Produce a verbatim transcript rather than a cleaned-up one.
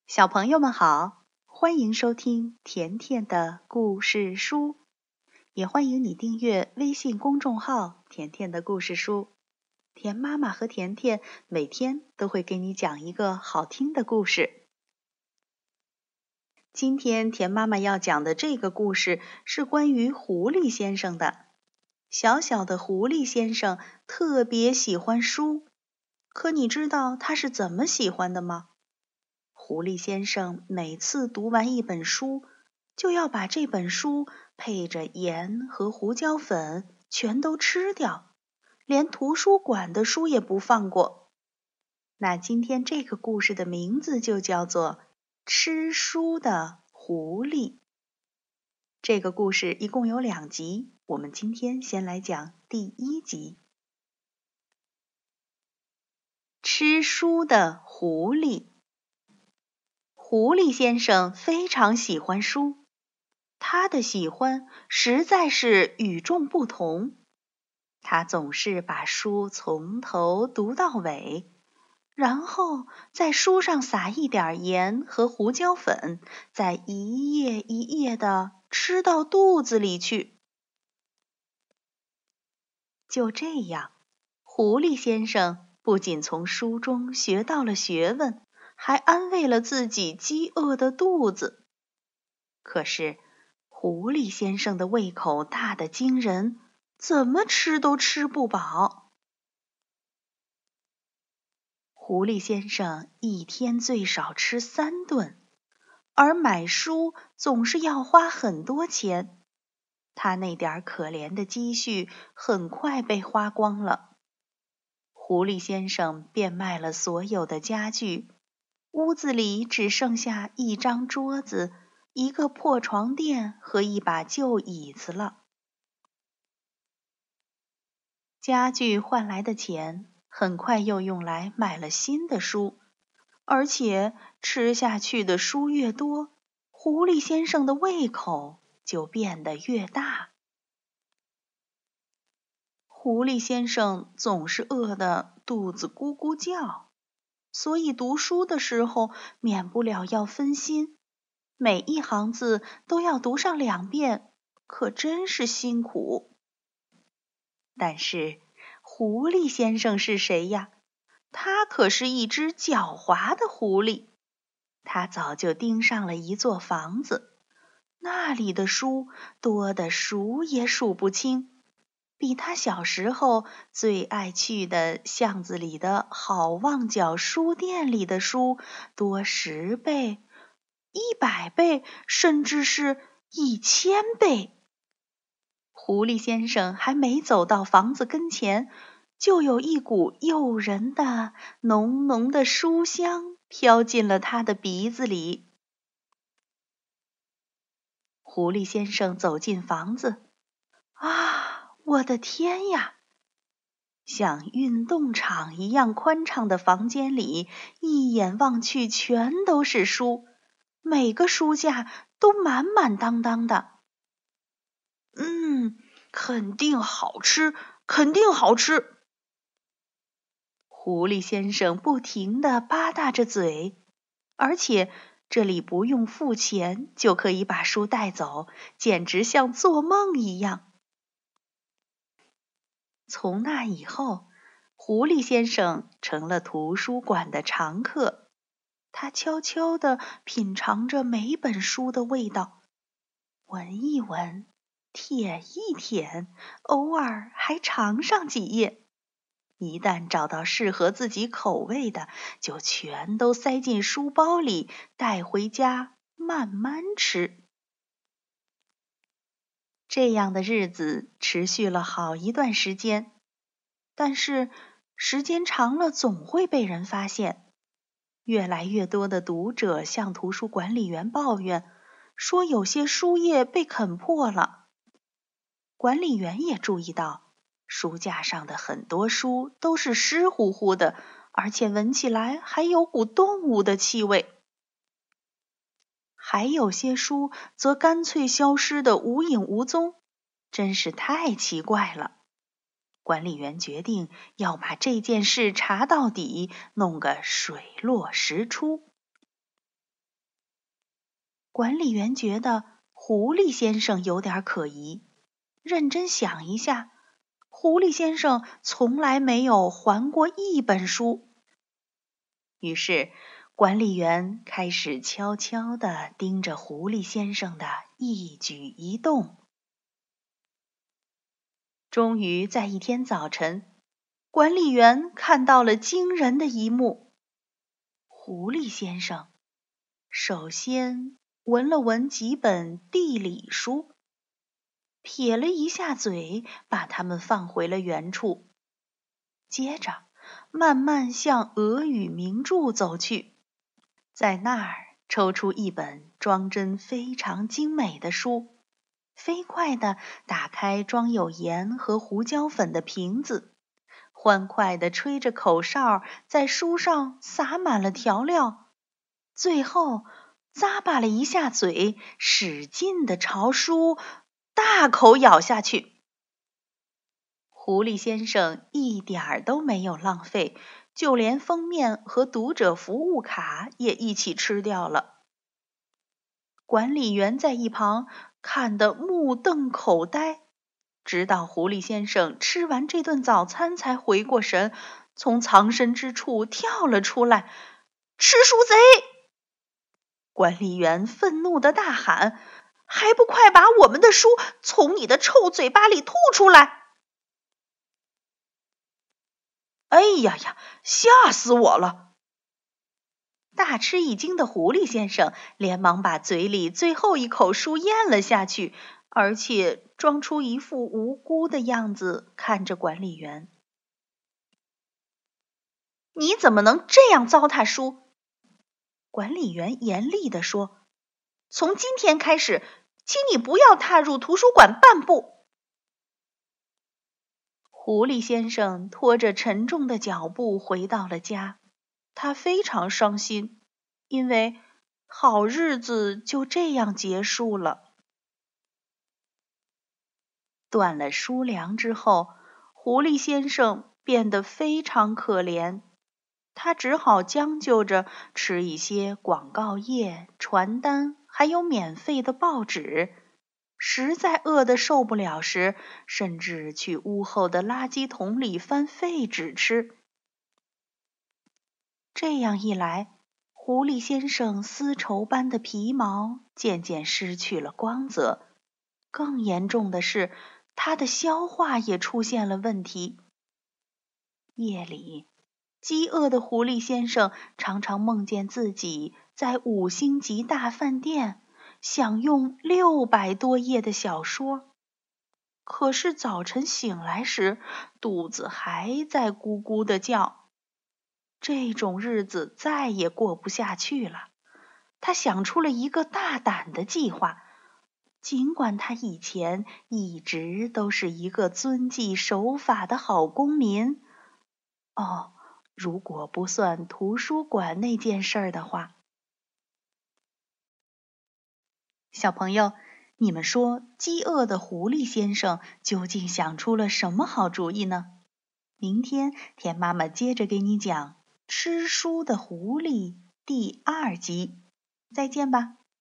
小朋友们好，欢迎收听甜甜的故事书，也欢迎你订阅微信公众号甜甜的故事书。甜妈妈和甜甜每天都会给你讲一个好听的故事。今天甜妈妈要讲的这个故事是关于狐狸先生的。小小的狐狸先生特别喜欢书，可你知道他是怎么喜欢的吗？狐狸先生每次读完一本书，就要把这本书配着盐和胡椒粉全都吃掉，连图书馆的书也不放过。那今天这个故事的名字就叫做《吃书的狐狸》。这个故事一共有两集，我们今天先来讲第一集。吃书的狐狸。狐狸先生非常喜欢书，他的喜欢实在是与众不同。他总是把书从头读到尾，然后在书上撒一点盐和胡椒粉，再一页一页地吃到肚子里去。就这样，狐狸先生不仅从书中学到了学问，还安慰了自己饥饿的肚子。可是，狐狸先生的胃口大得惊人，怎么吃都吃不饱。狐狸先生一天最少吃三顿，而买书总是要花很多钱。他那点可怜的积蓄很快被花光了。狐狸先生变卖了所有的家具，屋子里只剩下一张桌子、一个破床垫和一把旧椅子了。家具换来的钱很快又用来买了新的书，而且吃下去的书越多，狐狸先生的胃口就变得越大。狐狸先生总是饿得肚子咕咕叫，所以读书的时候免不了要分心，每一行字都要读上两遍，可真是辛苦。但是狐狸先生是谁呀？他可是一只狡猾的狐狸。他早就盯上了一座房子，那里的书多得数也数不清，比他小时候最爱去的巷子里的好望角书店里的书多十倍、一百倍，甚至是一千倍。狐狸先生还没走到房子跟前，就有一股诱人的、浓浓的书香飘进了他的鼻子里。狐狸先生走进房子，啊，我的天呀！像运动场一样宽敞的房间里，一眼望去全都是书，每个书架都满满当当的。嗯，肯定好吃，肯定好吃。狐狸先生不停地吧嗒着嘴，而且这里不用付钱就可以把书带走，简直像做梦一样。从那以后，狐狸先生成了图书馆的常客。他悄悄地品尝着每本书的味道，闻一闻，舔一舔，偶尔还尝上几页。一旦找到适合自己口味的，就全都塞进书包里，带回家慢慢吃。这样的日子持续了好一段时间，但是时间长了总会被人发现。越来越多的读者向图书管理员抱怨，说有些书页被啃破了。管理员也注意到，书架上的很多书都是湿乎乎的，而且闻起来还有股动物的气味。还有些书则干脆消失得无影无踪，真是太奇怪了。管理员决定要把这件事查到底，弄个水落石出。 管理员觉得狐狸先生有点可疑，认真想一下，狐狸先生从来没有还过一本书。于是管理员开始悄悄地盯着狐狸先生的一举一动。终于在一天早晨，管理员看到了惊人的一幕。狐狸先生首先闻了闻几本地理书，撇了一下嘴，把它们放回了原处，接着慢慢向俄语名著走去，在那儿抽出一本装帧非常精美的书，飞快地打开装有盐和胡椒粉的瓶子，欢快地吹着口哨，在书上撒满了调料，最后咂巴了一下嘴，使劲地朝书大口咬下去。狐狸先生一点儿都没有浪费，就连封面和读者服务卡也一起吃掉了。管理员在一旁看得目瞪口呆，直到狐狸先生吃完这顿早餐才回过神，从藏身之处跳了出来。吃书贼！管理员愤怒地大喊，还不快把我们的书从你的臭嘴巴里吐出来！哎呀呀，吓死我了！大吃一惊的狐狸先生连忙把嘴里最后一口书咽了下去，而且装出一副无辜的样子看着管理员。你怎么能这样糟蹋书？管理员严厉地说，从今天开始，请你不要踏入图书馆半步。狐狸先生拖着沉重的脚步回到了家，他非常伤心，因为好日子就这样结束了。断了书粮之后，狐狸先生变得非常可怜，他只好将就着吃一些广告页、传单，还有免费的报纸。实在饿得受不了时，甚至去屋后的垃圾桶里翻废纸吃。这样一来，狐狸先生丝绸般的皮毛渐渐失去了光泽，更严重的是，他的消化也出现了问题。夜里，饥饿的狐狸先生常常梦见自己在五星级大饭店享用六百多页的小说，可是早晨醒来时，肚子还在咕咕地叫。这种日子再也过不下去了，他想出了一个大胆的计划。尽管他以前一直都是一个遵纪守法的好公民，哦，如果不算图书馆那件事儿的话。小朋友，你们说饥饿的狐狸先生究竟想出了什么好主意呢？明天田妈妈接着给你讲《吃书的狐狸》第二集，再见吧。